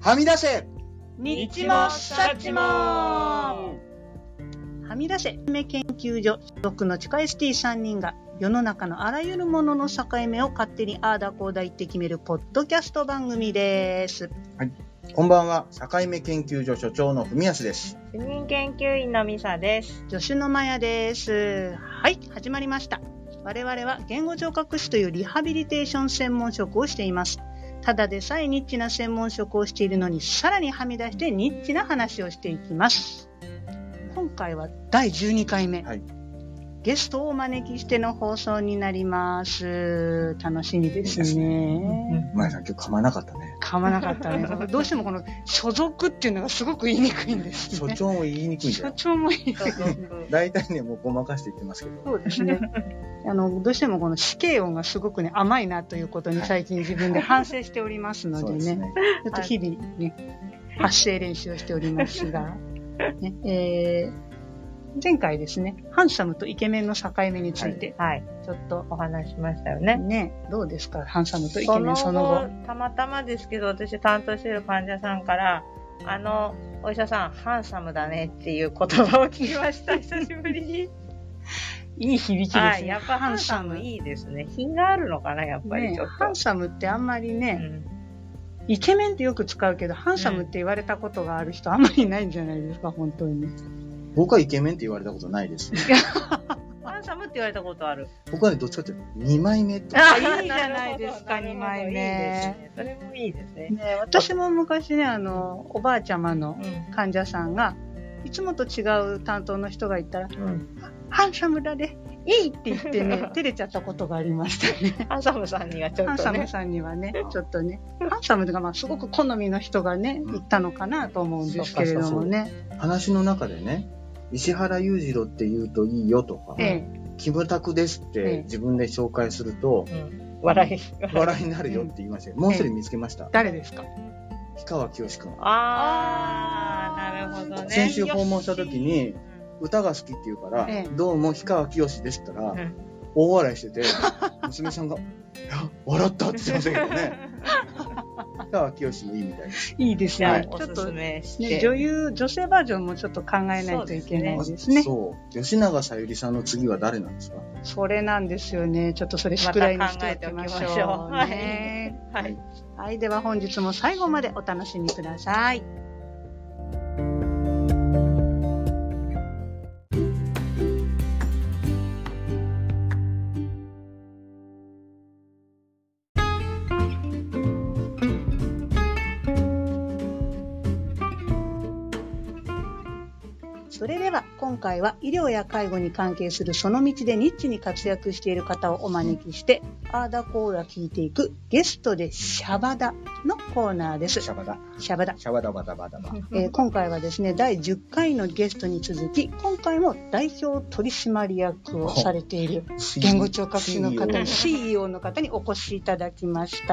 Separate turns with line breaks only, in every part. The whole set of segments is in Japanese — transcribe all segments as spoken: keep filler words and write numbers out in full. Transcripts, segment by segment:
はみ出せ
にっちもさっちもはみ出せ愛媛研究所所属の地下 エスティーさん 人が世の中のあらゆるものの境目を勝手にあーだこーだ言って決めるポッドキャスト番組です。
はい、こんばんは。境目研究所所長の文康です。
主任研究員のミサです。
助手のマヤです。はい、始まりました。我々は言語聴覚士というリハビリテーション専門職をしています。ただでさえニッチな専門職をしているのに、さらにはみ出してニッチな話をしていきます。今回はだいじゅうにかいめ、はい、ゲストをお招きしての放送になります。楽しみですね。
まやさん今日噛まなかったね。
噛まなかったね。どうしてもこの所属っていうのがすごく言いにくいんですね。
所長も言いにくいんだよ。
所長も言いにくい。
大体ね、もうごまかして言ってますけど。
そうですね。あの、どうしてもこの死刑音がすごくね、甘いなということに最近自分で反省しておりますのでね。でねちょっと日々ね、発声練習をしておりますが、ねえー前回ですね、ハンサムとイケメンの境目について、はい、ちょっとお話しましたよね。ね、どうですか、ハンサムとイケメンその後。
たまたまですけど、私担当している患者さんから、あの、お医者さん、ハンサムだねっていう言葉を聞きました、久しぶりに。
いい響きですね。はい、
やっぱハンサムいいですね。品があるのかな、やっぱりちょっと。ね、
ハンサムってあんまりね、うん、イケメンってよく使うけど、ハンサムって言われたことがある人あんまりいないんじゃないですか、本当に。
僕はイケメンって言われたことないです。
ハンサムって言われたことある。
僕はね、どっちかっていうとにまいめと
か。あ、いいじゃないですか、にまいめ。
それもいいですね。
ね、私も昔ね、あの、おばあちゃまの患者さんが、うん、いつもと違う担当の人がいたら、うん、ハンサムだね、いいって言ってね、照れちゃったことがありましたね。
ハンサムさんにはちょっとね。
ハンサムさんにはね、ちょっとね。ハンサムがまあすごく好みの人がね、言ったのかなと思うんですけれどもね。
そうそうそう、話の中でね、石原裕次郎って言うといいよとか、ええ、キムタクですって自分で紹介すると、え
え、笑い、
笑いになるよって言いましたよ。うん、もう一人見つけました。ええ、
誰ですか？
氷川きよし君。
あー、なるほどね。
先週訪問した時に、歌が好きって言うから、ええ、どうも氷川きよしですって言ったら、うん、大笑いしてて、娘さんが、いや、笑ったって言ってましたけどね。氷川きよしもいいみたいです。
いいですね。はい、
ちょっとね、
女優、女性バージョンもちょっと考えないといけないですね。
そう。吉永小百合さんの次は誰なんですか？
それなんですよね。ちょっとそれ宿題にしておきましょうね。はい。はい。では本日も最後までお楽しみください。それでは今回は医療や介護に関係するその道でニッチに活躍している方をお招きしてあーだこーだ聞いていくゲストでシャバダのコーナーです。
シャバダ。
シャバダ。
シャバダバダバダバ。
えー、今回はですねだいじゅっかいのゲストに続き今回も代表取締役をされている言語聴覚士の方に シーイーオー の方にお越しいただきました。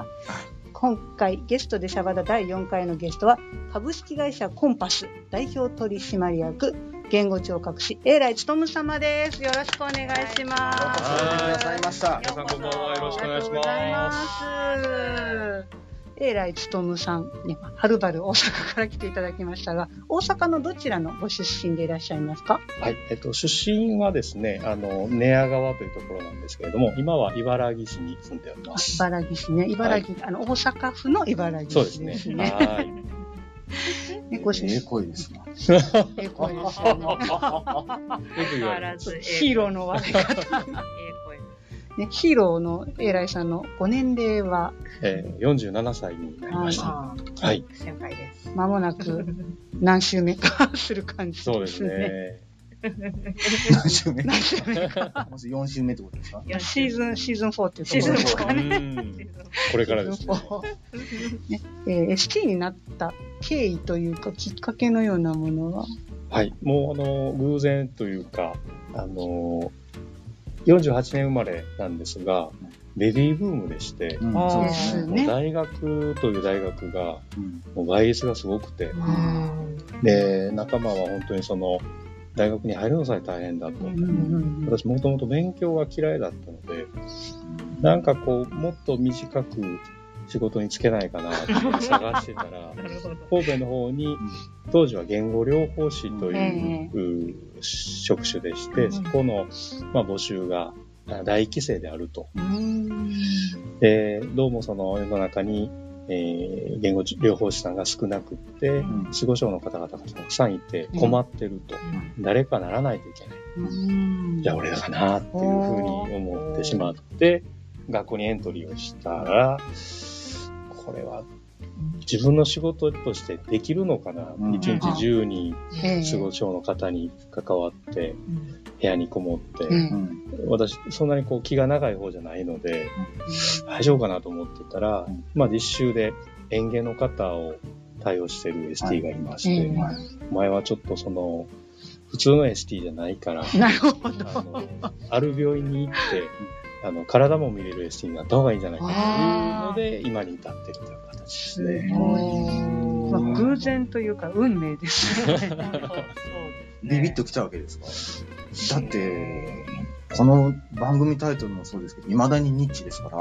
今回ゲストでシャバダだいよんかいのゲストは株式会社コンパス代表取締役言語聴覚士永来勉様です。よろしくお願いします。
ようこそおいでくださいました。
皆さんこんばんは、よろしくお願いします。
永来勉さん、ね、はるばる大阪から来ていただきましたが、大阪のどちらのご出身でいらっしゃいますか？
はい、えっと、出身はですね、あの、寝屋川というところなんですけれども、今は茨城市に住んでおります。
茨城市ね、茨城、はい、あの、大阪府の茨城市ですね。そうですね。はい。
ね、ご出身。ええ声ですな。
ええ声ですよね。
変わらず。
ヒーローの笑い方。ええ声。ね、ヒーローの永来さんのご年齢は、
えー、よんじゅうななさいになりました。
はい。はい、先輩です。
まもなく何週目かする感じですね。そうですね。
何週目何週目か。もしよん週目ってことですか？
シーズン、シーズンフォーっていうところですかね。
これからですね。
ねえー、エスティー になった経緯というか、きっかけのようなものは？
はい。もう、あの、偶然というか、あの、よんじゅうはちねん生まれなんですが、ベビーブームでして、うん、そうですね、大学という大学が、もう倍率がすごくて、うん、で、仲間は本当にその、大学に入るのさえ大変だと。うん、私もともと勉強が嫌いだったので、なんかこう、もっと短く仕事に就けないかなって探してたら、神戸の方に、当時は言語療法士という職種でして、そこの、まあ、募集が大規制であると。で、どうもその世の中に、えー、言語療法士さんが少なくって、うん、失語症の方々がたくさんいて困ってると、うん、誰かならないといけない。うん、じゃあ俺らかなっていうふうに思ってしまって、学校にエントリーをしたら、これは自分の仕事としてできるのかな、うん、一日中に失語症の方に関わって、部屋にこもって、うん、私そんなにこう気が長い方じゃないので、うん、大丈夫かなと思ってたら、うん、まあ実習で園芸の方を対応してる エスティー がいまして、はい、前はちょっとその普通の エスティー じゃないから、
なるほど。
あの、ある病院に行って、あの、体も見れる エスティー になった方がいいんじゃないかというので、今に至っているという形ですね。
まあ、偶然というか、運命ですね。そうですね。
ビビッときたわけですか。だって、この番組タイトルもそうですけど、未だにニッチですから。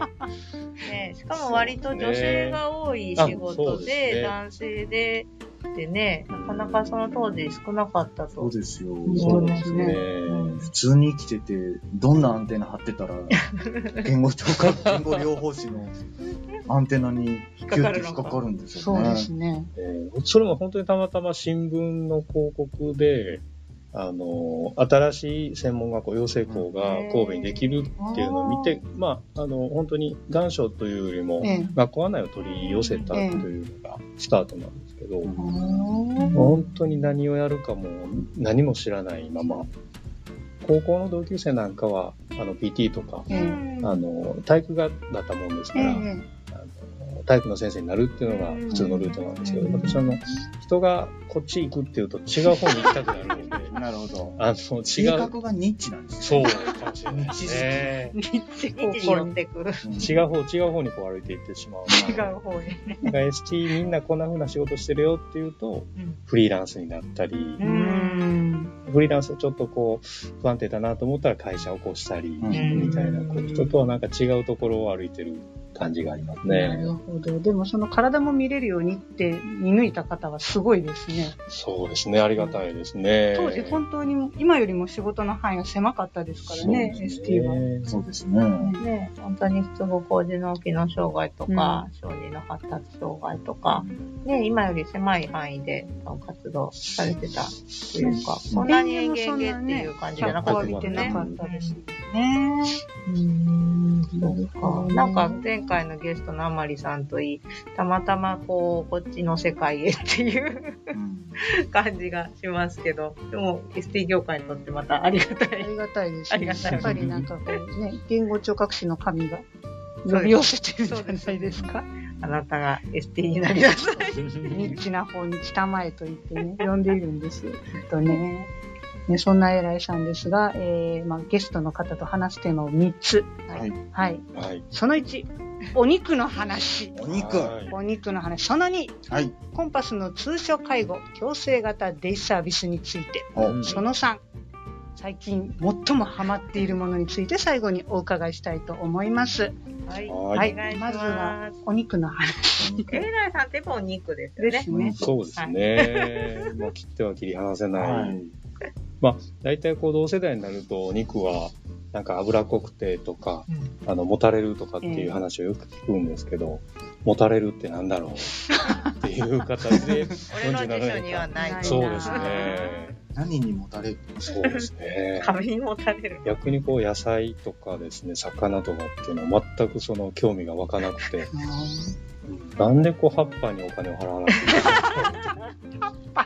ね、しかも割と女性が多い仕事で、ね、男性で、でね、なかなかその当時少なかったと。
そうですよ。そうですね。普通に生きてて、どんなアンテナ張ってたら、言語聴覚、言語療法士のアンテナにキュッて引っかかるんですよね。
そうですね。
えー、それも本当にたまたま新聞の広告で、あの、新しい専門学校、養成校が神戸にできるっていうのを見て、まあ、あの、本当に願書というよりも、学校案内を取り寄せたというのがスタートなんですけど、本当に何をやるかも何も知らないまま、高校の同級生なんかは、あの、ピーティー とか、あの、体育がだったもんですから、体育の先生になるっていうのが普通のルートなんですけど、私はあの、人がこっち行くっていうと違う方に行きたくなるので、
なるほど。
あの、違う。
性格がニッチなんです
ね。そうかもしれないですね。
ニッチ。ニッチに寄ってくる。
違う方、違う方にこう歩いていってしまう。
違う方にね。
なんか エスティー みんなこんな風な仕事してるよっていうと、うん、フリーランスになったり、うんフリーランスちょっとこう、不安定だなと思ったら会社を起こしたり、みたいな、こう人とはなんか違うところを歩いてる感じがありますね。
なるほど。でもその体も見れるようにって見抜いた方はすごいですね。
そうですね。ありがたいですね。
当時本当に今よりも仕事の範囲が狭かったですからね、ね エスティー は。
そうですね。
ね、本当に失語高次脳機能障害とか、うん、小児の発達障害とか、ね、今より狭い範囲で活動されてたというか、そんなに園芸っていう感じじゃなかったですね。
なかったですね。うー
ん、そうか。なんか前回のゲストのあまりさんといい、たまたまこう、こっちの世界へっていう感じがしますけど、でも エスティー 業界にとってまたありがたい。
ありがたいですね。
ありがたい。
やっぱりなんかこうね、言語聴覚士の神が呼び寄せてるんじゃないですか。
あなたが エスティー になりなさい。
ニッチな方に来たまえと言ってね、呼んでいるんですよ。きっとね。ね、そんな偉いさんですが、えーまあ、ゲストの方と話すテーマをみっつ。はい。はい。はい、そのいち、お肉の話。
お肉。
お肉の話。そのに、
はい、
コンパスの通所介護、矯正型デイサービスについて。そのさん、最近最もハマっているものについて最後にお伺いしたいと思います。
はい。
はい。まずは、お肉の話。
エレナさんってやっぱお肉ですよね。
ですね。
そうですね。もう切っては切り離せない。はい、まあ、大体こう同世代になるとお肉はなんか脂っこくてとか、うん、あの、もたれるとかっていう話をよく聞くんですけど、えー、もたれるってなんだろうっていう形で、
俺の辞書にはない。
そうですね。
何にもたれる？
そうですね。
壁にもたれる。
逆にこう野菜とかですね、魚とかっていうのは全くその興味が湧かなくて、なんでこう葉っぱにお金を払わなくて
葉っぱ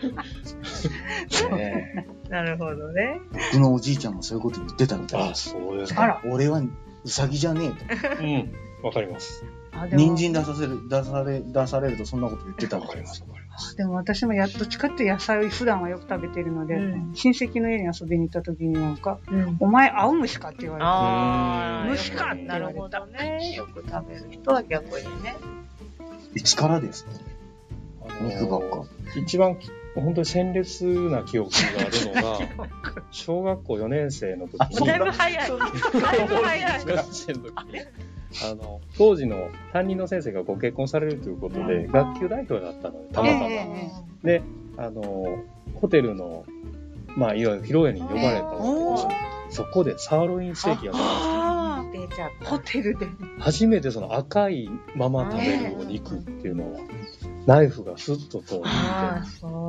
ね、なるほどね。
僕のおじいちゃんもそういうこと言ってたみたい
です。あ、そうです
か。あら、俺はウサギじゃねえ
と。うん、わかります。
人参出させる、出され、出されるとそんなこと言ってた。
わかります、わかります。
でも私もやっと近って野菜を普段はよく食べてるので、うん、親戚の家に遊びに行った時になんか、うん、お前青虫かって言われて、
あ
虫かって言われた。
なるほどね。よく食べる人は逆にね。
いつからですか？肉ばっか。
一番本当に鮮烈な記憶があるのが、小学校よねん生の時に。
だいぶ早い。だいぶ早い。
小学生の時に、 あの、当時の担任の先生がご結婚されるということで、学級代表だったので、たまたま。で、あの、ホテルの、まあ、いわゆる披露宴に呼ばれたわけです。そこでサーロインステーキがあ
出ちゃった。
ホテルで。
初めてその赤いまま食べるお肉っていうのは、ナイフがスッと通って、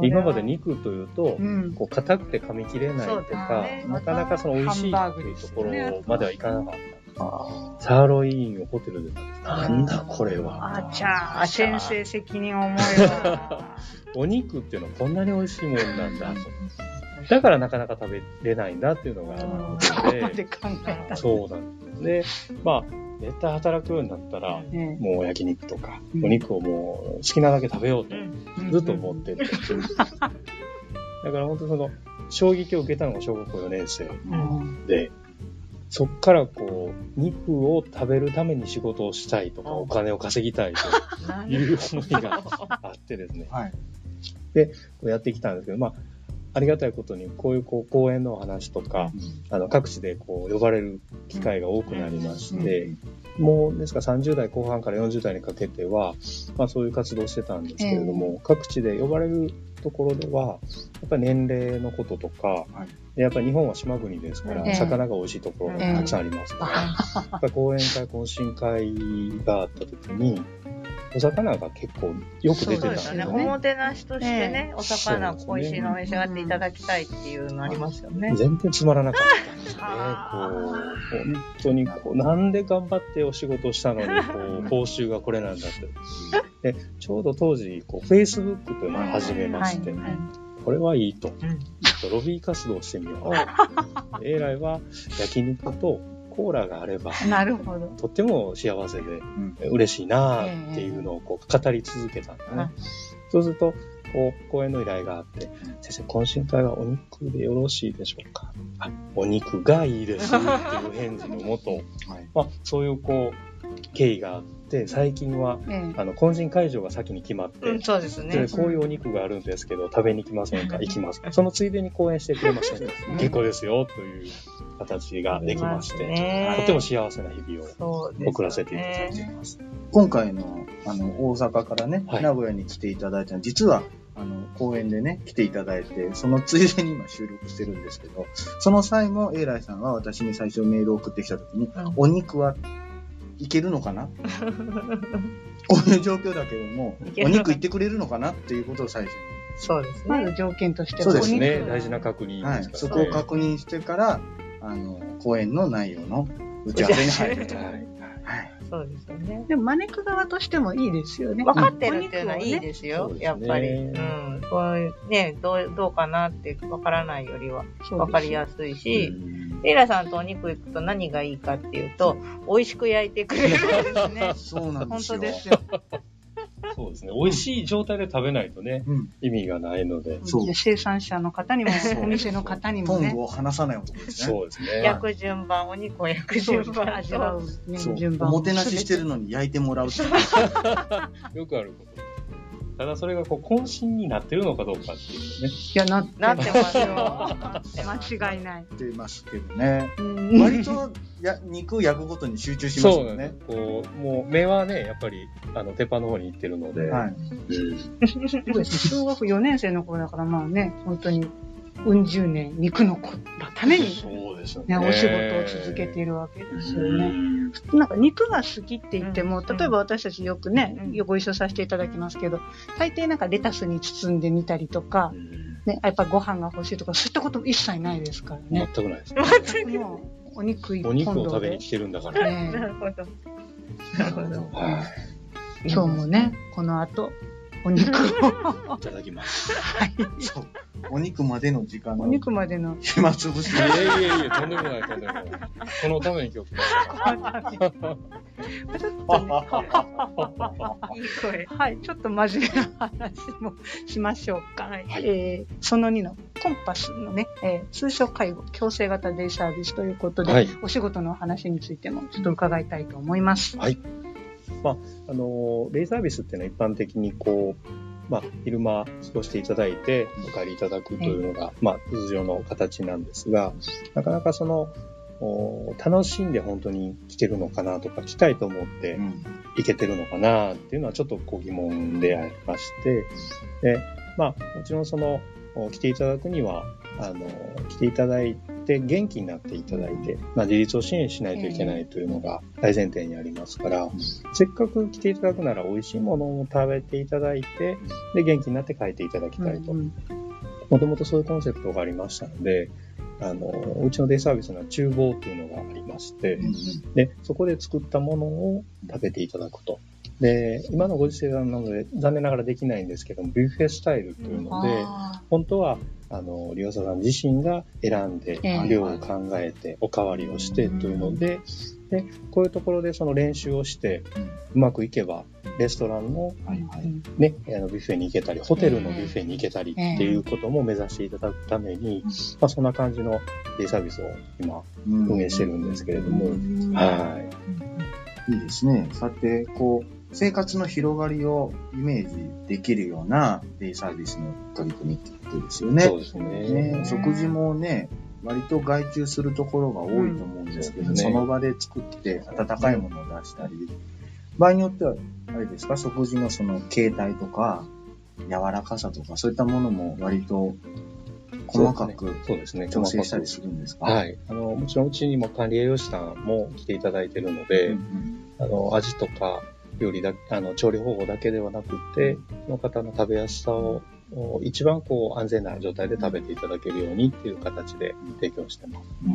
今まで肉というと、こう硬くて噛み切れないとか、なかなかその美味しいというところまではいかなかった。サーロインをホテルで食べて、なんだこれは。
あちゃー、先生責任重いわ。
お肉っていうのはこんなに美味しいもんなんだと。だからなかなか食べれないんだっていうのがあるので、そうなんですで、まあ、絶対働くようになったら、もう焼肉とか、お肉をもう好きなだけ食べようと、ずっと思ってて。だから本当その、衝撃を受けたのが小学校よねん生で、そっからこう、肉を食べるために仕事をしたいとか、お金を稼ぎたいという思いがあってですね。で、やってきたんですけど、まあ、ありがたいことに、こういうこう講演のお話とか、うん、あの各地でこう呼ばれる機会が多くなりまして、うん、もうですからさんじゅう代後半からよんじゅう代にかけては、まあそういう活動をしてたんですけれども、えー、各地で呼ばれるところでは、やっぱり年齢のこととか、はい、やっぱり日本は島国ですから、えー、魚が美味しいところがたくさんありますから、えー、やっぱり講演会、懇親会があった時に、お魚が結構よく出てたんですよね。
おもてなしとしてね、お魚美味しいのを召し上がっていただきたいっていうのありますよね。
全然つまらなかったんですね。こう本当にこう、なんで頑張ってお仕事したのに、こう、報酬がこれなんだって。で、ちょうど当時、こう、Facebook というのを始めまして、はいはい、これはいいと。ロビー活動してみよう。エーライは焼肉とコーラがあれば、
なるほど。
とっても幸せで、うん、嬉しいなーっていうのをこう語り続けたんだね。えー、そうすると、こう、講演の依頼があって、先生、懇親会はお肉でよろしいでしょうか？あ、お肉がいいですっていう返事のもと、はい、まあ、そういうこう、経緯があって、最近は、えー、あの、懇親会場が先に決まって、
うん、そうですね。
で、こういうお肉があるんですけど、食べに行きませんか？行きます。そのついでに講演してくれませんか？結構ですよ、という形ができまして、ね、とても幸せな日々を送らせていただいています。
今回の、あの、大阪からね、はい、名古屋に来ていただいたのは、実は、あの、公演でね、来ていただいて、そのついでに今収録してるんですけど、その際も、エイライさんは私に最初メールを送ってきたときに、うん、お肉はいけるのかなこういう状況だけども、お肉いってくれるのかなっていうことを最初に。
そうですね。
まず条件としては。
そうですね。大事な確認ですから、ね。はい。
そこを確認してから、あの、講演の内容の打ち合わせに入ると。はい。はい。
そうですよね。
でも招く側としてもいいですよね。
分かってるっていうのはいいですよ。ね、やっぱり。うん。こういうね、どう、どうかなって分からないよりは分かりやすいし、エイラさんとお肉行くと何がいいかっていうと、美味しく焼いてくれるんですね。
そうなんですよ。
本当ですよ。
そうですね。美味しい状態で食べないとね、うん、意味がないので。
そう。生産者の方にも、お店の方にもね。
トングを離さない男です
ね。そうですね。
焼く順番、お肉を焼く順番、味わう
順番。おもてなししてるのに焼いてもらうって。
よくあること。ただそれがこう渾身になってるのかどうかっていうね。
いや、なって
なってますよ。
間違いない。
ってますけどね。割とや肉焼くことに集中しますよね。
そうこう、もう目はね、やっぱり、あの、鉄板の方に行ってるので。はい。
うん、小学よねん生の頃だからまあね、本当に、うん十年肉のために、
そうですね、
お仕事を続けているわけですよね。なんか肉が好きって言っても、例えば私たちよくね、ご一緒させていただきますけど、大抵なんかレタスに包んでみたりとか、ね、やっぱりご飯が欲しいとか、そういったこと一切ないですからね。
全くないです。
全くもう、お肉一
本で。お肉を食べに来てるんだから。
ね、なるほど。なるほど。
今日もね、この後、お肉を
いただきます。
はい。
そう。お肉までの時間の。
お肉までの。
暇つぶし。
いやいやいや、とんでもない、とんでもない。このために今日来ました。ちょっとね。
いい声。はい。ちょっと真面目な話もしましょうか。はい。えー、そのにのコンパスのね、えー、通所介護強制型デイサービスということで、はい、お仕事の話についてもちょっと伺いたいと思います。
はい。まあ、あの、デイサービスっていうのは一般的にこう、まあ、昼間過ごしていただいてお帰りいただくというのが、まあ、通常の形なんですが、なかなかその、 楽しんで本当に来てるのかなとか、来たいと思って行けてるのかなっていうのはちょっとこう疑問でありまして、で、まあ、もちろんその、来ていただくには、あの、来ていただいて元気になっていただいて、まあ、自立を支援しないといけないというのが大前提にありますから、うん、せっかく来ていただくなら美味しいものを食べていただいて、で、元気になって帰っていただきたいと。もともとそういうコンセプトがありましたので、あの、うちのデイサービスには厨房というのがありまして、うん、で、そこで作ったものを食べていただくと。で、今のご時世なので残念ながらできないんですけども、ビュッフェスタイルというので、本当は、あの、利用者さん自身が選んで、量を考えて、おかわりをしてというので、で、こういうところでその練習をして、うまくいけば、レストランの、ね、あのビュッフェに行けたり、ホテルのビュッフェに行けたりっていうことも目指していただくために、まあ、そんな感じのデイサービスを今、運営してるんですけれども、はい。
いいですね。さて、こう、生活の広がりをイメージできるようなデイサービスの取り組みってことですよね。
そうですね。
ね、食事もね、割と外注するところが多いと思うんですけど、うん、その場で作って温かいものを出したり、場合によっては、あれですか、食事のその形態とか、柔らかさとか、そういったものも割と細かく調整したりするんですか？
はい。あの、もちろんうちにも管理栄養士さんも来ていただいているので、うんうん、あの、味とか、料理だ、あの、調理方法だけではなくて、その方の食べやすさを一番こう安全な状態で食べていただけるようにっていう形で提供してます。うん、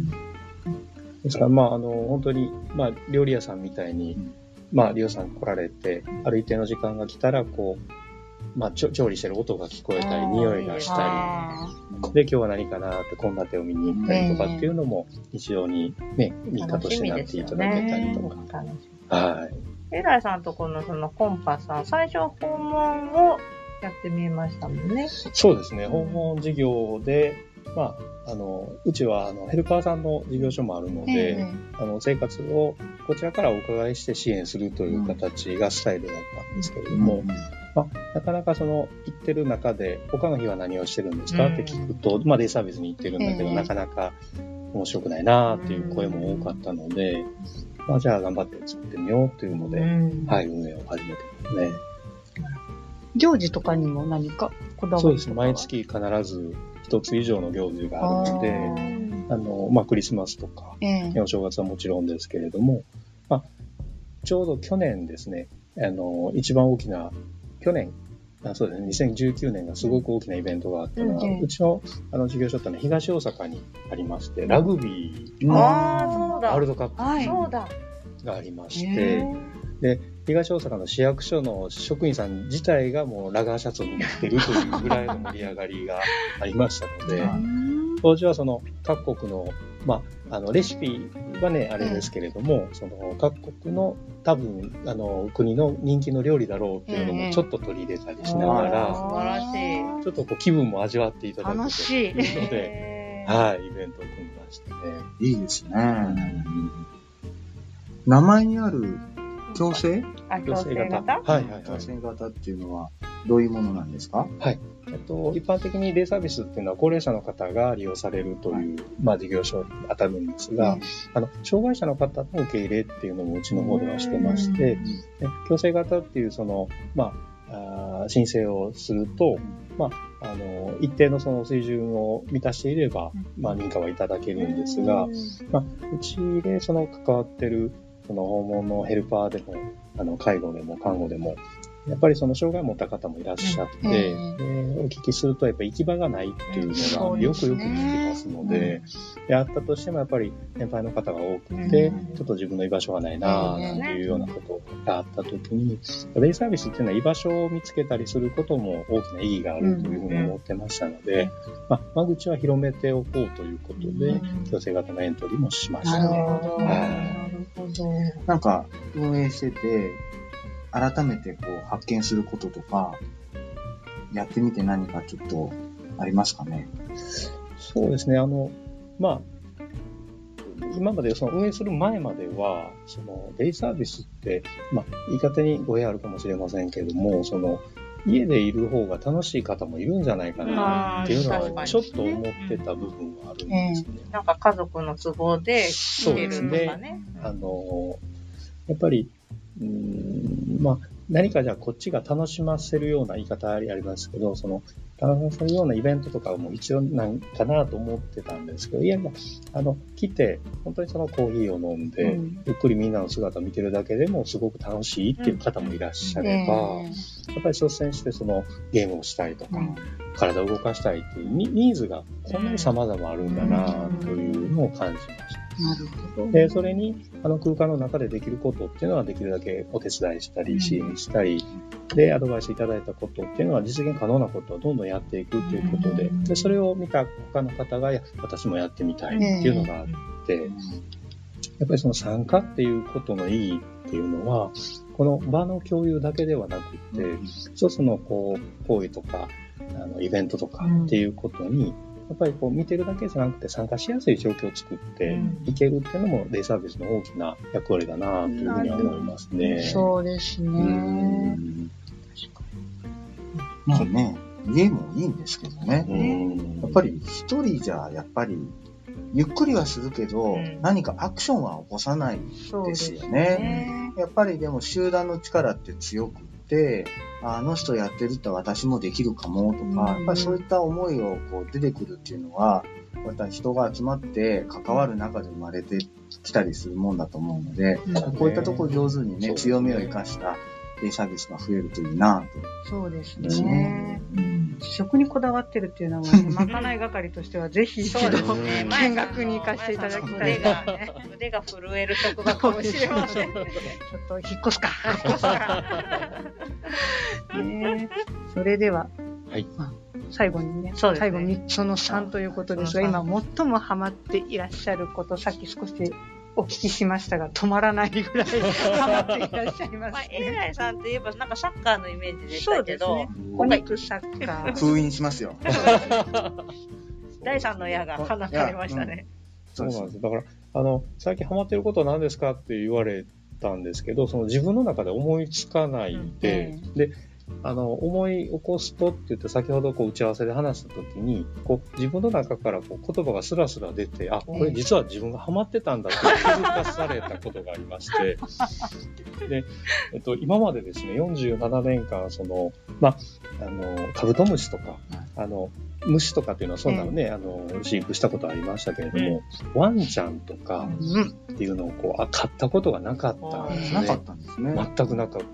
ですから、まあ、あの、本当に、まあ、料理屋さんみたいに、まあ、利用者さん来られて、ある一定の時間が来たら、こう、まあ、調理してる音が聞こえたり、匂いがしたり、で、今日は何かなって献立を見に行ったりとかっていうのも、一様にね、日課としてなっていただけたりとか。はい。
エライさんとこのそのコンパさん、最初は訪問をやってみましたもんね。
そうですね。訪問事業で、まあ、あの、うちはあのヘルパーさんの事業所もあるので、えー、あの生活をこちらからお伺いして支援するという形がスタイルだったんですけれども、うんまあ、なかなかその行ってる中で、他の日は何をしてるんですかって聞くと、うん、まあデイサービスに行ってるんだけど、えー、なかなか面白くないなっていう声も多かったので、うんまあ、じゃあ頑張って作ってみようというので、うん、はい、運営を始めてますね。
行事とかにも何かこだわりとか？
そうですね。毎月必ず一つ以上の行事があるので、あの、まあ、クリスマスとか、えー、お正月はもちろんですけれども、まあ、ちょうど去年ですね、あの、一番大きな、去年、あそうですね、にせんじゅうきゅうねんがすごく大きなイベントがあったのが、うん、うちのあの事業所ってね、東大阪にありまして、ラグビーのワールドカップがありまして、で、東大阪の市役所の職員さん自体がもうラガーシャツを脱ってるというぐらいの盛り上がりがありましたので、当時はその各国の、まあ、あのレシピはね、あれですけれども、その各国の多分、あの、国の人気の料理だろうっていうのもちょっと取り入れたりしながら、
素晴らしい。
ちょっとこう気分も味わっていただくというので、はい、イベントを組みましたね。
いいですね。名前にある矯正
あ、矯正型
はいはいはい。矯正型っていうのはどういうものなんですか？
はい。えっと、一般的にデイサービスっていうのは高齢者の方が利用されるという、はい、まあ事業所に当たるんですが、うん、あの、障害者の方の受け入れっていうのもうちの方ではしてまして、矯正型っていうその、まあ、あ申請をすると、まあ、あの、一定のその水準を満たしていれば、まあ認可はいただけるんですが、まあ、うちでその関わってるその訪問のヘルパーでも、あの、介護でも看護でも、やっぱりその障害を持った方もいらっしゃって、うん、でお聞きするとやっぱり行き場がないっていうのがよくよく聞きますので、うん、であったとしてもやっぱり年配の方が多くて、うん、ちょっと自分の居場所がないなぁなんていうようなことがあったときに、デイサービスっていうのは居場所を見つけたりすることも大きな意義があるというふうに思ってましたので、まあ、間口は広めておこうということで、矯正型のエントリーもしましたね。
なるほど。なるほど。
なんか運営してて、改めてこう発見することとか、やってみて何かちょっとありますかね？
そうですね。あの、まあ、今までその運営する前までは、そのデイサービスって、まあ、言い方に語弊あるかもしれませんけれども、その、 家でいる方が楽しい方もいるんじゃないかなっていうのはちょっと思ってた部分はあるんですね。
なんか家族の都合で来てるとかね。
あのやっぱりうーんまあ何かじゃあこっちが楽しませるような言い方ありますけど、その楽しませるようなイベントとかも一応なんかなと思ってたんですけど、いやいや、あの、来て、本当にそのコーヒーを飲んで、うん、ゆっくりみんなの姿を見てるだけでもすごく楽しいっていう方もいらっしゃれば、うん、やっぱり率先してそのゲームをしたいとか、うん、体を動かしたいっていうニーズがこんなに様々あるんだなというのを感じました。
なるほど。
で、それに、あの空間の中でできることっていうのはできるだけお手伝いしたり、支援したり、で、アドバイスいただいたことっていうのは実現可能なことをどんどんやっていくっていうことで、で、それを見た他の方が、私もやってみたいっていうのがあって、やっぱりその参加っていうことの意義っていうのは、この場の共有だけではなくて、一つのこう、行為とか、あの、イベントとかっていうことに、やっぱりこう見てるだけじゃなくて参加しやすい状況を作っていけるっていうのもデイサービスの大きな役割だなというふうには思いますね。
そうですね。
まあね、家もいいんですけどね。やっぱり一人じゃやっぱりゆっくりはするけど、うん、何かアクションは起こさないですよね。ねやっぱりでも集団の力って強くて、あの人やってると私もできるかもとか、うん、やっぱりそういった思いをこう出てくるっていうのは、また人が集まって関わる中で生まれてきたりするもんだと思うので、うん、こういったところ上手にね、強みを生かしたデイサービスが増えるといいなと。
そうですね。うん、食にこだわってるっていうのは、ね、まかない係としてはぜひ一度見学に行かせていただきたい
が、ね、腕が震える職場かもしれません。ちょっ
と引っ越すか。引っ越すか。ね、それでは、
はい、
まあ、最後にね、最後にそのさんということですが、今最もハマっていらっしゃること、さっき少しお聞きしましたが、止まらないぐらいハマっていらっしゃいますね。まあ、
エイライさんといえばなんかサッカーのイメージでしたけど、そうですね、
お肉サッカー。
封印しますよ。
だいさんの矢が放たれましたね。
そうなんです。だから、あの、最近ハマってることは何ですかって言われたんですけど、その自分の中で思いつかないで、うん、で、あの、思い起こすとって言って先ほどこう打ち合わせで話したときに、こう自分の中からこう言葉がスラスラ出て、あ、これ実は自分がハマってたんだって気づかされたことがありまして、で、えっと、今までですね、よんじゅうななねんかん、その、ま、あの、カブトムシとか、あの、虫とかっていうのはそんなのね、うん、あの、飼育したことありましたけれども、うん、ワンちゃんとかっていうのをこう、あ、飼ったことがなかったんですね。
なかったんですね。
全くなかった。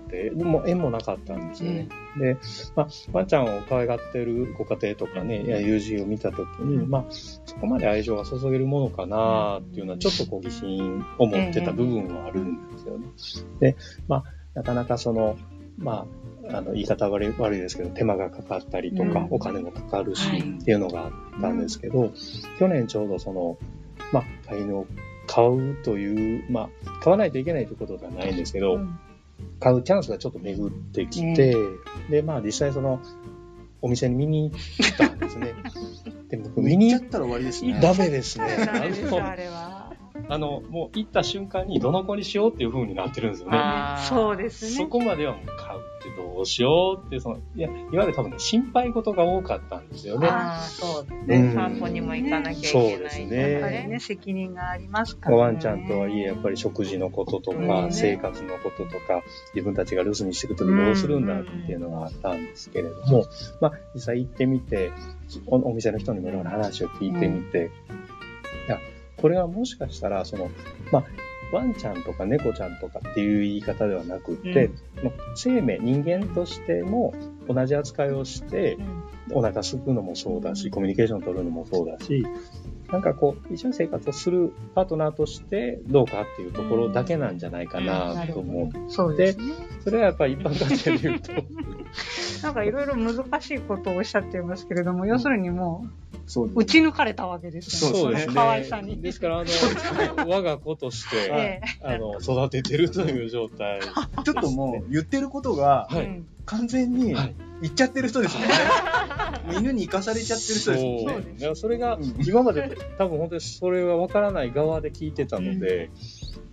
もう縁もなかったんですよね。うん、で、まあ、ワンちゃんを可愛がってるご家庭とかね、友人を見たときに、まあ、そこまで愛情が注げるものかなっていうのは、ちょっとこう疑心を持ってた部分はあるんですよね。で、まあ、なかなかその、まあ、あの言い方悪い、悪いですけど、手間がかかったりとか、うん、お金もかかるし、はい、っていうのがあったんですけど、うん、去年ちょうどその、まあ、飼い犬を飼うという、まあ、飼わないといけないということではないんですけど、うん、飼うチャンスがちょっと巡ってきて、うん、で、まあ実際その、お店に見に行ったんですね。で僕見に行ったら終わりですね。ダメですね。
ダメです、あれは。
あの、もう行った瞬間にどの子にしようっていう風になってるんですよね。
そうですね。
そこまではもう買うってどうしようって、その、いや、いわゆる多分ね、心配事が多かったんですよね。
ああ、そうですね。うん、散歩にも行かなきゃいけない。
そうですね。
やっぱりね、責任がありますからね。
ワンちゃんとはいえ、やっぱり食事のこととか、ね、生活のこととか、自分たちが留守にしていくときどうするんだっていうのがあったんですけれども、まあ、実際行ってみて、お, お店の人にもいろいろ話を聞いてみて、うん、いや、これはもしかしたら、その、まあ、ワンちゃんとか猫ちゃんとかっていう言い方ではなくって、うん、生命、人間としても同じ扱いをして、うん、お腹すくのもそうだし、コミュニケーションを取るのもそうだし、なんかこう、一緒に生活をするパートナーとしてどうかっていうところだけなんじゃないかなと思って、
そうですね。
それはやっぱり一般家庭で言うと。
なんかいろいろ難しいことをおっしゃっていますけれども、要するにもう、そう打ち抜かれたわけですよね。
そうですね。可愛さに。ですから、あの、我が子として、はい、あの、育ててるという状態。
ちょっともう、言ってることが、はい、完全に、言っちゃってる人ですもんね。犬に生かされちゃってる人ですもんね。そうです
それが、今まで多分本当にそれは分からない側で聞いてたので、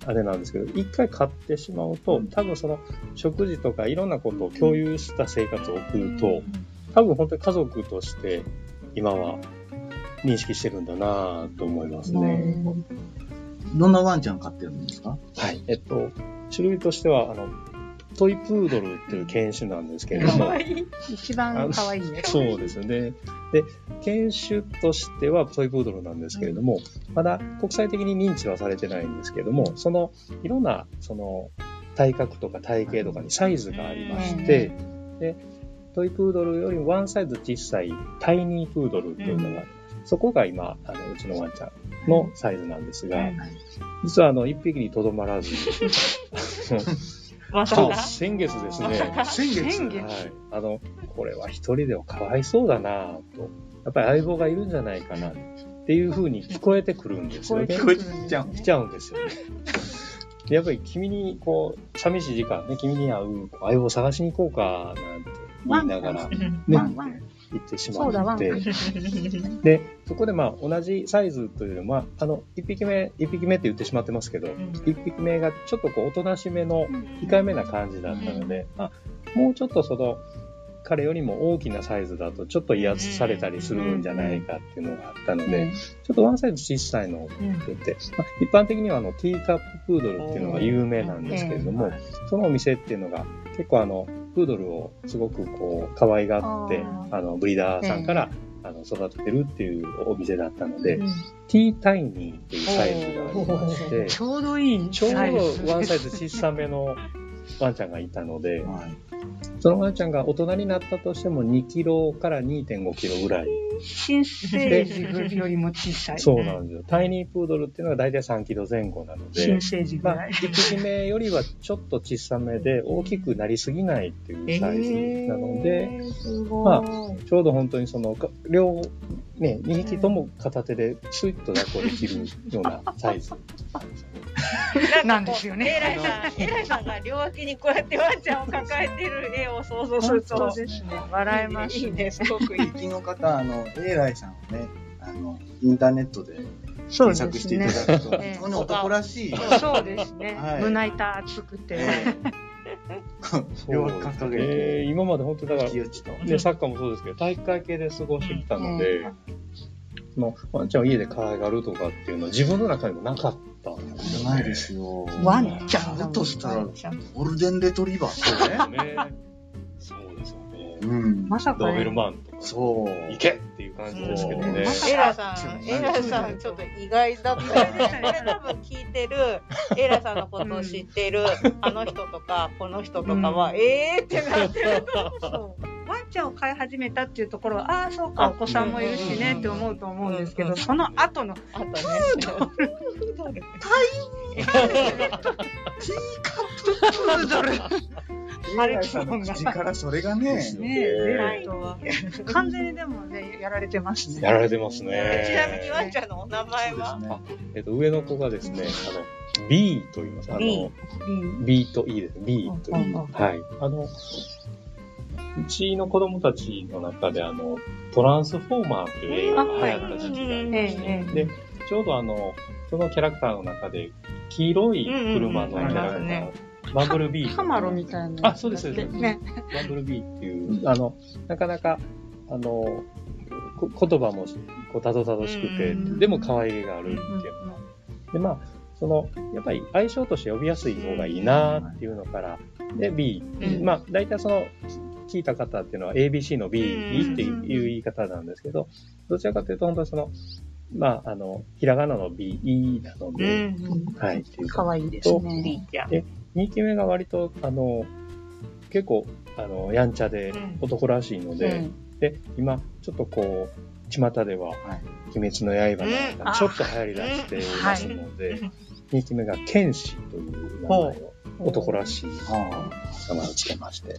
あれなんですけど、一回飼ってしまうと、多分その食事とかいろんなことを共有した生活を送ると、多分本当に家族として今は認識してるんだなと思いますね。
どんなワンちゃん飼ってるんですか？
はい。えっと、種類としては、あの、トイプードルっていう犬種なんですけれども。
一番可愛いね。
そうですね。で、犬種としてはトイプードルなんですけれども、うん、まだ国際的に認知はされてないんですけれども、その、いろんな、その、体格とか体型とかにサイズがありまして、で、トイプードルよりワンサイズ小さいタイニープードルっていうのがあります。うん、そこが今、あの、うちのワンちゃんのサイズなんですが、実はあの、一匹にとどまらず、
また
先月ですね。
先月
先月
はい。あの、これは一人ではかわいそうだなぁと。やっぱり相棒がいるんじゃないかなっていう風に聞こえてくるんですよね。
聞こえてきちゃう。
来ちゃうんですよね。でやっぱり君に、こう、寂しい時間ね、君に会う相棒を探しに行こうかなんて言いながら、ね、言ってしまって。で、そこでまあ同じサイズというよりも、まあ、あの、一匹目、一匹目って言ってしまってますけど、一、うん、匹目がちょっとこう、おとなしめの、控えめな感じだったので、うん、あ、もうちょっとその、彼よりも大きなサイズだとちょっと威圧されたりするんじゃないかっていうのがあったので、うん、ちょっとワンサイズ小さいのを作って、うんまあ、一般的にはあの、ティーカッププードルっていうのが有名なんですけれども、そのお店っていうのが結構あの、プードルをすごくこう可愛がってあのブリーダーさんから、えー、あの育ててるっていうお店だったので、うん、ティータイニーっていうサイズがありまして
ちょうどいい
ちょうどワンサイズ小さめのワンちゃんがいたので、はい、そのワンちゃんが大人になったとしてもにキロからにてんごキロぐらい。
新生児よりも小さい。
そうなんですよ。タイニープードルっていうのが大体さんキロぜん後なので、
新生児ぐらい。まあ、い
ち匹目よりはちょっと小さめで大きくなりすぎないっていうサイズなので、えー、まあ、ちょうど本当にその、両、ね、に匹とも片手でスイッと抱っこできるようなサイズ。
なんですよね。
エライさん、エライさんが両脇にこうやってワンちゃんを抱えてる絵を想像すると、
そうですね。笑えます。
いいね、すごくいい。
きの方、あの、エライさんをね、あの、インターネットで検索していただくと、非常に男らしい。
そうですね。胸板厚くて。
両脇掲げて。
今まで本当にだから、ね、サッカーもそうですけど、体育会系で過ごしてきたので、まあ、ワンちゃんを家で可愛がるとかっていうのは自分の中にもなかったんです
よね。ないですよ。
ワンちゃん
だとしたら、ゴールデンレトリバーそうね。
そうですよね。
うん。
まさか、
ドーベルマンとか。
そう。
行けっていう感じですけどね。
エラさん、エラさんちょっと意外だったよね。これ多分聞いてる、エラさんのことを知ってる、あの人とか、この人とかは、えーってなってると。
ワンちゃんを飼い始めたっていうところは、ああ、そうか、お子さんもいるしねって思うと思うんですけど、その後の、
あとね、
プードル、タイム、ティーカッププードル。
エライさんの口からそれがね、
ね完全にでもね、やられてますね。
やられてますね。
ちなみにワンちゃんのお名前は、
えっと、上の子がですね、あの、B と言います。あの、B と E です。B と E。はい。あの、うちの子供たちの中であの、トランスフォーマーという映画が流行った時期がありまして、で、ちょうどあの、そのキャラクターの中で、黄色い車のキャラクター、バンブルビー。
カマロみたいな。
あ、そうです、そうです。ね。バンブルビーっていう、あの、なかなか、あの、言葉もこうたどたどしくて、でも可愛げがあるっていうのが。で、まあ、その、やっぱり相性として呼びやすい方がいいなっていうのから、で、B。まあ、大体その、聞いた方っていうのは エービーシー の B っていう言い方なんですけど、どちらかというと本当にその、まあ、あの、ひらがなの B なので、はい。
かわいいですね。
B ちゃん。
で、にきめが割と、あの、結構、あの、やんちゃで男らしいので、で、今、ちょっとこう、巷では、鬼滅の刃がちょっと流行り出していますので、にきめが剣士という名前を、男らしい名前をつけまして、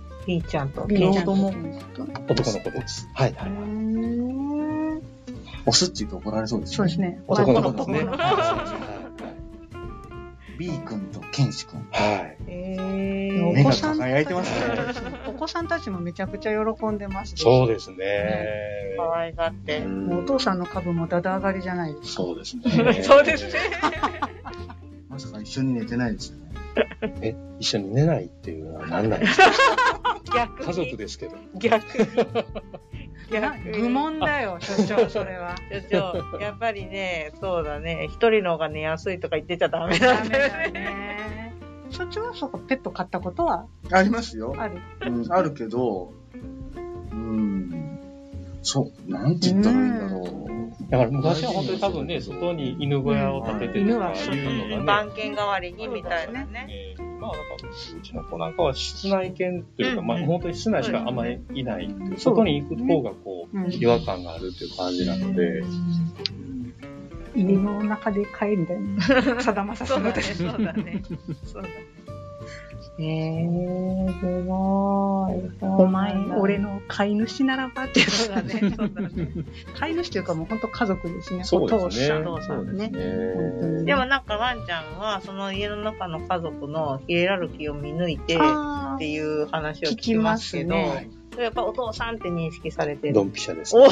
B ちゃんと
ケンちゃんと
男の子です。はい、はい。
オスって言うと怒られそうですね。
そうですね。
男の子ですね。
B 君とケンシ君。
はい。
目が輝いてますね。
お子さんたちもめちゃくちゃ喜んでますね。
そうですね。
可愛がって。
お父さんの株もだだ上がりじゃないですか。
そうですね。
そうですね。
まさか一一緒に寝てないですよね。
え、一緒に寝ないっていうのは何なんですか？逆家族ですけど。
逆に。
逆愚問だよ、所長、それは。
所長、やっぱりね、そうだね、一人の方が寝やすいとか言ってちゃダメなんだよね。
所長はそうか、ペット飼ったことは
ありますよ。
ある。
うん、あるけど、うん、そう、なんて言ったらいいんだろう。
だから昔は本当に多分ね、外に犬小屋を建ててとかいうのがね。
番犬代わりにみたいなね。
まあ、だからうちの子なんかは室内犬というか、まあ本当に室内しかあんまりいないっていう、外に行く方がこう、違和感があるっていう感じなので。
家の中で飼えみたいな。さだまさしの
そうだね。そうだね。えー、すごい。
お前、俺の飼い主ならばっていうのがね、そうだね。飼い主というかもう本当家族ですね。
そうですね。
お父さんね。
でもなんかワンちゃんは、その家の中の家族のヒエラルキーを見抜いてっていう話を聞きますけど、ね、やっぱお父さんって認識されてる。
ドンピシャです、
ね。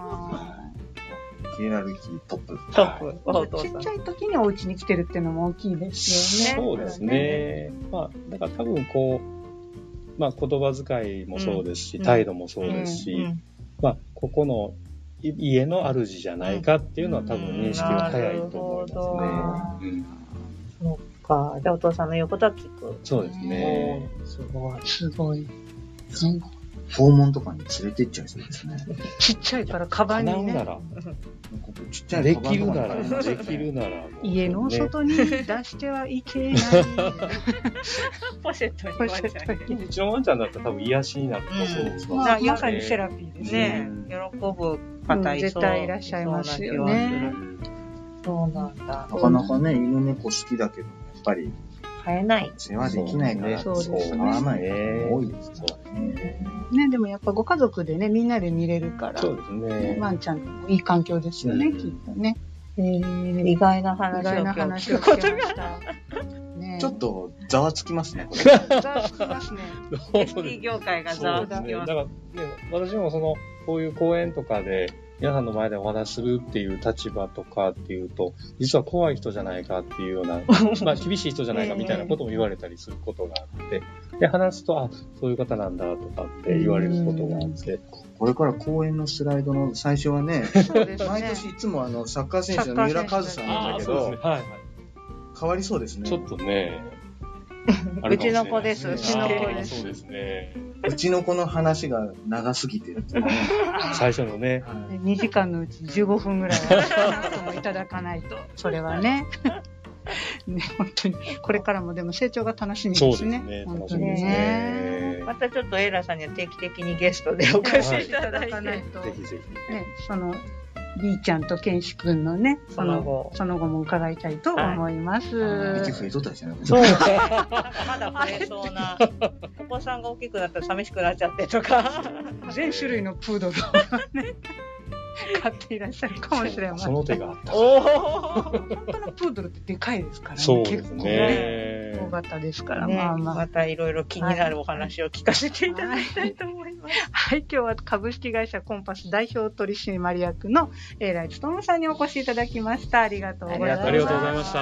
ヒエラルキートップ。
トップ。お父さん。
ちっちゃい時にお家に来てるっていうのも大きいですよ
ね。そうですね。まあ、だから多分こう、まあ言葉遣いもそうですし、うん、態度もそうですし、うんうん、まあここの家の主じゃないかっていうのは多分認識が早いと思いますね。
うん、そっか。じゃあお父さんの言うことは聞く。
そうですね。
すごい。すごい。
訪問とかに連れて行っちゃいそうですね。
ちっちゃいからカバンにね。
なら
ちっちゃい
できるなら、できるなら。
家の外に出してはいけない。
ポシェットにワンちゃん。
うちのワンちゃんだったら多分癒しになると思うんです
まあ、まさにセラピーです
ね。喜ぶ方いそう。
絶対いらっしゃいますよね。
そうなんだ。
なかなかね、犬猫好きだけど、やっぱり。
飼えない。
世話できないから、
そうですね。
飼わない人多いですからね。
ね、でもやっぱご家族でね、みんなで見れるから。
そうですね。
ワンちゃんもいい環境ですよね、きっとね。
えー、意外な話を聞くことが。
ちょっとざわつきますね、これ。
ざわつきますね。
エスティー 業界がざわつきます。
だから、ね、私もその、こういう講演とかで、皆さんの前でお話するっていう立場とかっていうと、実は怖い人じゃないかっていうような、まあ厳しい人じゃないかみたいなことも言われたりすることがあって、で、話すと、あ、そういう方なんだとかって言われることがあって。
これから公演のスライドの最初はね、ね毎年いつもあのサッカー選手の三浦和さんなんだけど、ねはいはい、変わりそうですね。
ちょっとね。
うちの子です。
うちの子です。
そうですね。
うちの子の話が長すぎてる、ね。
最初のね。
にじかんのうちじゅうごふんぐらいは、いただかないと。それはね。ね、本当に。これからもでも成長が楽しみですね。
そうですね。
本当にね。
またちょっとエイラさんには定期的にゲストでお越しいただいて。
ぜ
ひぜひ。
ね、その、りーちゃんとけんしくんのね、その後、その後も伺いたいと思います。
はい、息増えとったりしない
そうね。まだ増えそうな。お子さんが大きくなったら寂しくなっちゃってとか。
全種類のプードルをね、飼っていらっしゃるかもしれません。
その手があった。
お本当のプードルってでかいですからね。
そうですね。
大型ですから、
ね、
まあまあ。
またいろいろ気になるお話を聞かせていただきたいと思います。
はい、はい、今日は株式会社コンパス代表取締役の永来勉さんにお越しいただきました。ありがとうございました。
ありがとうございました。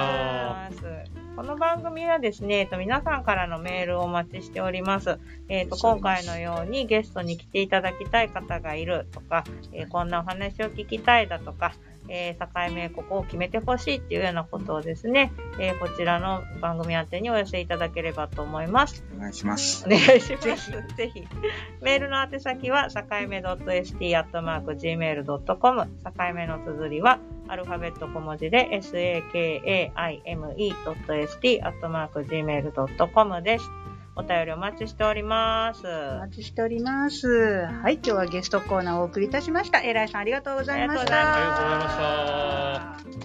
この番組はですね、えっと、皆さんからのメールをお待ちしております。えっと、今回のようにゲストに来ていただきたい方がいるとか、えー、こんなお話を聞きたいだとか、えー、境目ここを決めてほしいっていうようなことをですね、えー、こちらの番組宛てにお寄せいただければと思います。
お願いします。
お願いします。ぜひ。メールの宛先は、さかいめ .st アットマーク ジーメール ドットコム。境目の綴りは、アルファベット小文字で サカイメ ドット エスティー アットマーク ジーメール ドットコム です。お便りお待ちしております。
お待ちしております。はい、今日はゲストコーナーをお送りいたしました。エライさんありがとうございました。
ありがとうございました。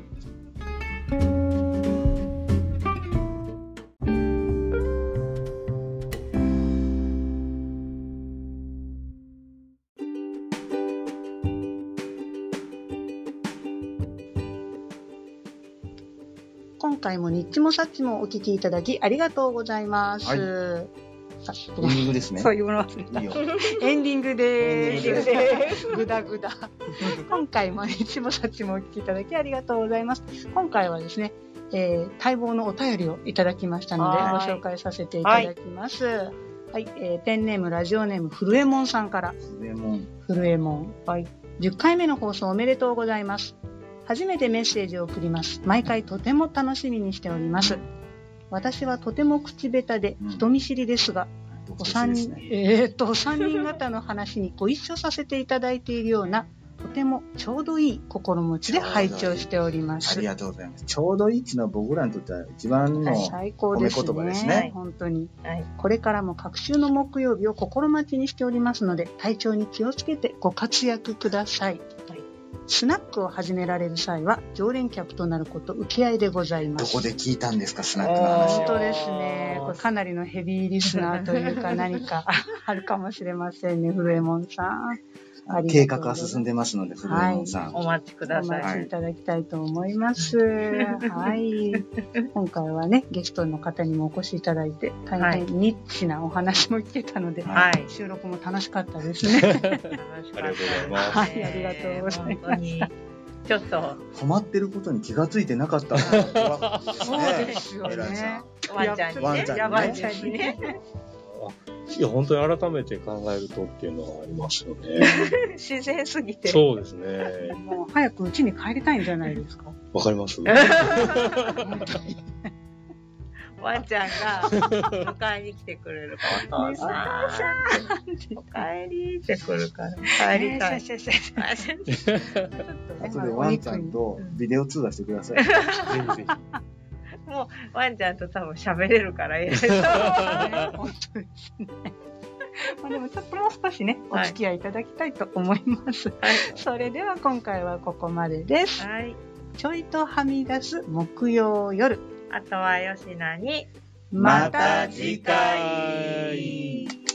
今回もニッチもサッチもお聞きいただきありがとうございます。はい、
エンディングですね。
そういうの忘れた。いいよ。エンディングでーす。ぐだぐだ。今回もニッチもサッチもお聞きいただきありがとうございます。今回はですね、 えー、待望のお便りをいただきましたので、ご紹介させていただきます。はい、えー、ペンネーム、ラジオネーム、ふるえもんさんから。
ふるえもん。
ふるえもん。はい。じゅっかいめの放送おめでとうございます。初めてメッセージを送ります。毎回とても楽しみにしております。私はとても口下手で人見知りですが、うん、お三人、えー、っと、お三人方の話にご一緒させていただいているような、とてもちょうどいい心持ちで拝聴しております。
ありがとうございます。ちょうどいいっていうのは僕らにとっては一番の
最高ですね。
褒め言葉ですね。
本当に、はい。これからも各週の木曜日を心待ちにしておりますので、体調に気をつけてご活躍ください。はい、スナックを始められる際は、常連客となること受け合いでございます。
どこで聞いたんですか、スナックの話を。
本当ですね。これかなりのヘビーリスナーというか何かあるかもしれませんね、ふるえもんさん。
計画は進んでますので、ふるえもんさん、
はい。お待ちください。
お待ちいただきたいと思います。はい。今回はね、ゲストの方にもお越しいただいて、大変ニッチなお話も聞けたので、はい、収録も楽しかったですね。
楽しかった。ありがとうございます。
はい、ありがとうございます。
ちょっと
ハマってることに気がついてなかった。
そうですよね。
ワンちゃんにね。
ワンちゃんにね。
ワンちゃんにね。
いや、本当に改めて考えるとっていうのはありますよね。
自然すぎて。
そうですね。
もう早く家に帰りたいんじゃないですか。
わかります。
ワンちゃんが迎えに来てくれるから、お父さん、お帰りって来るから、帰りたい。
後でワンちゃんとビデオ通話してください。ぜひぜひ。
もうワンちゃんと多分喋れるからいいです。本
当ですね。まあでもちょっともう少しね、お付き合いいただきたいと思います。はい、それでは今回はここまでです。はい、ちょいとはみ出す木曜夜。
あとはよしなに。
また次回。